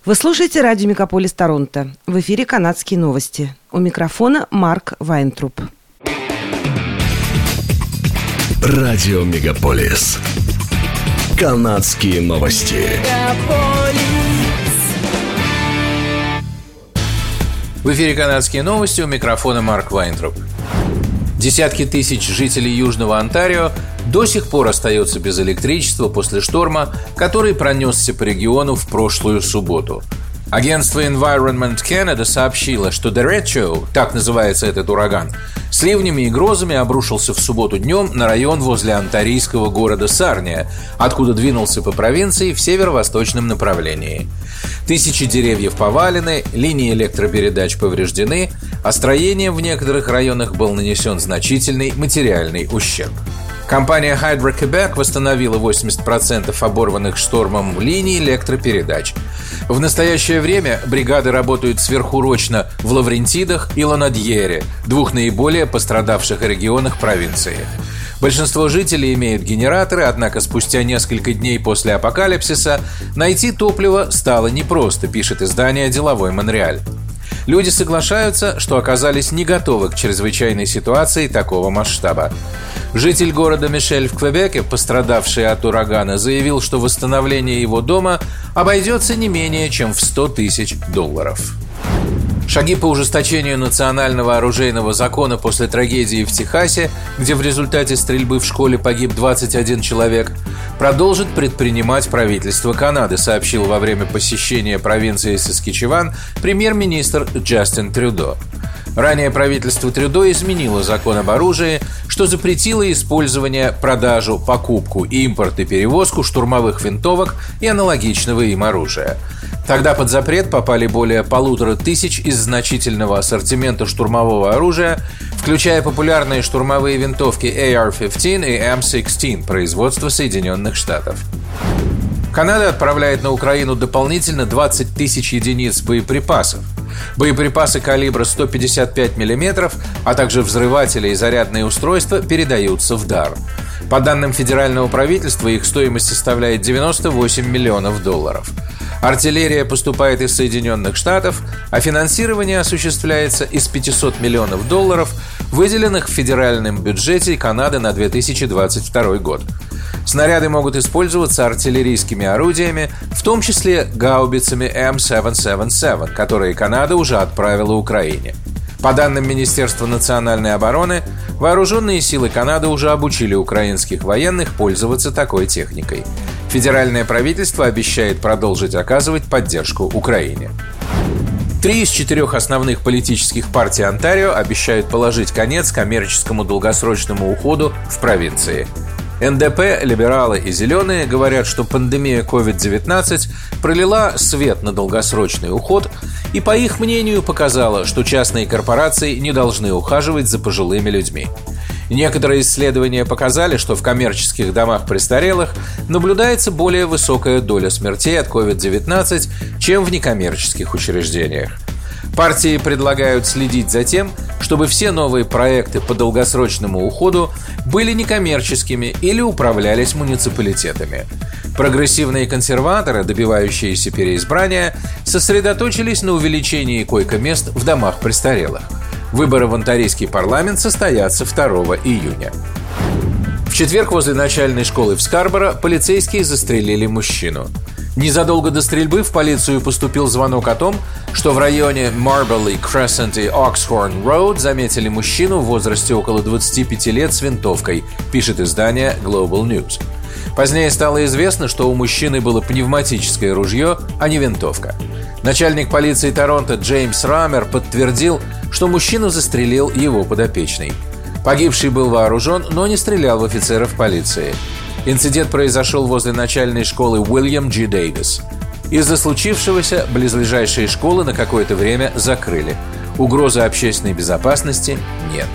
Вы слушаете радио Мегаполис Торонто. В эфире канадские новости. У микрофона Марк Вайнтруп. Радио Мегаполис. Канадские новости. В эфире канадские новости. У микрофона Марк Вайнтруп. Десятки тысяч жителей Южного Онтарио до сих пор остаются без электричества после шторма, который пронесся по региону в прошлую субботу. Агентство Environment Canada сообщило, что Derecho, так называется этот ураган, с ливнями и грозами обрушился в субботу днем на район возле онтарийского города Сарния, откуда двинулся по провинции в северо-восточном направлении. Тысячи деревьев повалены, линии электропередач повреждены, а строениям в некоторых районах был нанесен значительный материальный ущерб. Компания Hydro-Québec восстановила 80% оборванных штормом линий электропередач. В настоящее время бригады работают сверхурочно в Лаврентидах и Ланадьере, двух наиболее пострадавших регионах провинции. Большинство жителей имеют генераторы, однако спустя несколько дней после апокалипсиса найти топливо стало непросто, пишет издание «Деловой Монреаль». Люди соглашаются, что оказались не готовы к чрезвычайной ситуации такого масштаба. Житель города Мишель в Квебеке, пострадавший от урагана, заявил, что восстановление его дома обойдется не менее чем в $100 000. Шаги по ужесточению национального оружейного закона после трагедии в Техасе, где в результате стрельбы в школе погиб 21 человек, продолжит предпринимать правительство Канады, сообщил во время посещения провинции Саскачеван премьер-министр Джастин Трюдо. Ранее правительство Трюдо изменило закон об оружии, что запретило использование, продажу, покупку, импорт и перевозку штурмовых винтовок и аналогичного им оружия. Тогда под запрет попали более 1500 из значительного ассортимента штурмового оружия, включая популярные штурмовые винтовки AR-15 и M16 производства Соединенных Штатов. Канада отправляет на Украину дополнительно 20 000 единиц боеприпасов. Боеприпасы калибра 155 мм, а также взрыватели и зарядные устройства передаются в дар. По данным федерального правительства, их стоимость составляет $98 миллионов. Артиллерия поступает из Соединенных Штатов, а финансирование осуществляется из $500 миллионов, выделенных в федеральном бюджете Канады на 2022 год. Снаряды могут использоваться артиллерийскими орудиями, в том числе гаубицами M777, которые Канада уже отправила Украине. По данным Министерства национальной обороны, вооруженные силы Канады уже обучили украинских военных пользоваться такой техникой. Федеральное правительство обещает продолжить оказывать поддержку Украине. 3 из 4 основных политических партий Онтарио обещают положить конец коммерческому долгосрочному уходу в провинции. НДП, либералы и зеленые говорят, что пандемия COVID-19 пролила свет на долгосрочный уход и, по их мнению, показала, что частные корпорации не должны ухаживать за пожилыми людьми. Некоторые исследования показали, что в коммерческих домах престарелых наблюдается более высокая доля смертей от COVID-19, чем в некоммерческих учреждениях. Партии предлагают следить за тем, чтобы все новые проекты по долгосрочному уходу были некоммерческими или управлялись муниципалитетами. Прогрессивные консерваторы, добивающиеся переизбрания, сосредоточились на увеличении койко-мест в домах престарелых. Выборы в онтарийский парламент состоятся 2 июня. В четверг возле начальной школы в Скарборо полицейские застрелили мужчину. Незадолго до стрельбы в полицию поступил звонок о том, что в районе Marberley Crescent и Oxhorn Road заметили мужчину в возрасте около 25 лет с винтовкой, пишет издание Global News. Позднее стало известно, что у мужчины было пневматическое ружье, а не винтовка. Начальник полиции Торонто Джеймс Рамер подтвердил, что мужчину застрелил его подопечный. Погибший был вооружен, но не стрелял в офицеров полиции. Инцидент произошел возле начальной школы Уильям G. Дэвис. Из-за случившегося близлежащие школы на какое-то время закрыли. Угрозы общественной безопасности нет.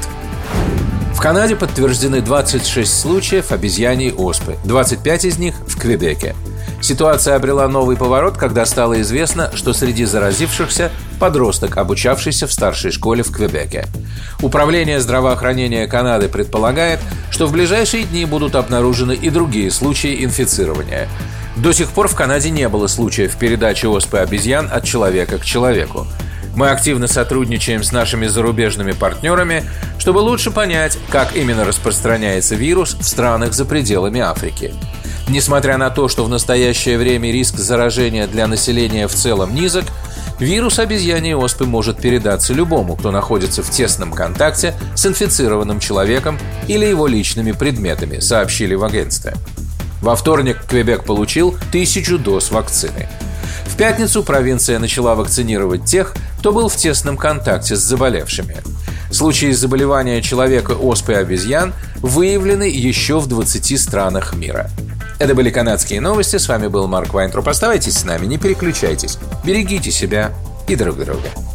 В Канаде подтверждены 26 случаев обезьяньей оспы, 25 из них в Квебеке. Ситуация обрела новый поворот, когда стало известно, что среди заразившихся подросток, обучавшийся в старшей школе в Квебеке. Управление здравоохранения Канады предполагает, что в ближайшие дни будут обнаружены и другие случаи инфицирования. До сих пор в Канаде не было случаев передачи оспы обезьян от человека к человеку. Мы активно сотрудничаем с нашими зарубежными партнерами, чтобы лучше понять, как именно распространяется вирус в странах за пределами Африки. Несмотря на то, что в настоящее время риск заражения для населения в целом низок, вирус обезьяньей оспы может передаться любому, кто находится в тесном контакте с инфицированным человеком или его личными предметами, сообщили в агентстве. Во вторник Квебек получил 1000 доз вакцины. В пятницу провинция начала вакцинировать тех, кто был в тесном контакте с заболевшими. Случаи заболевания человека оспой обезьян выявлены еще в 20 странах мира. Это были канадские новости. С вами был Марк Вайнтроп. Оставайтесь с нами, не переключайтесь. Берегите себя и друг друга.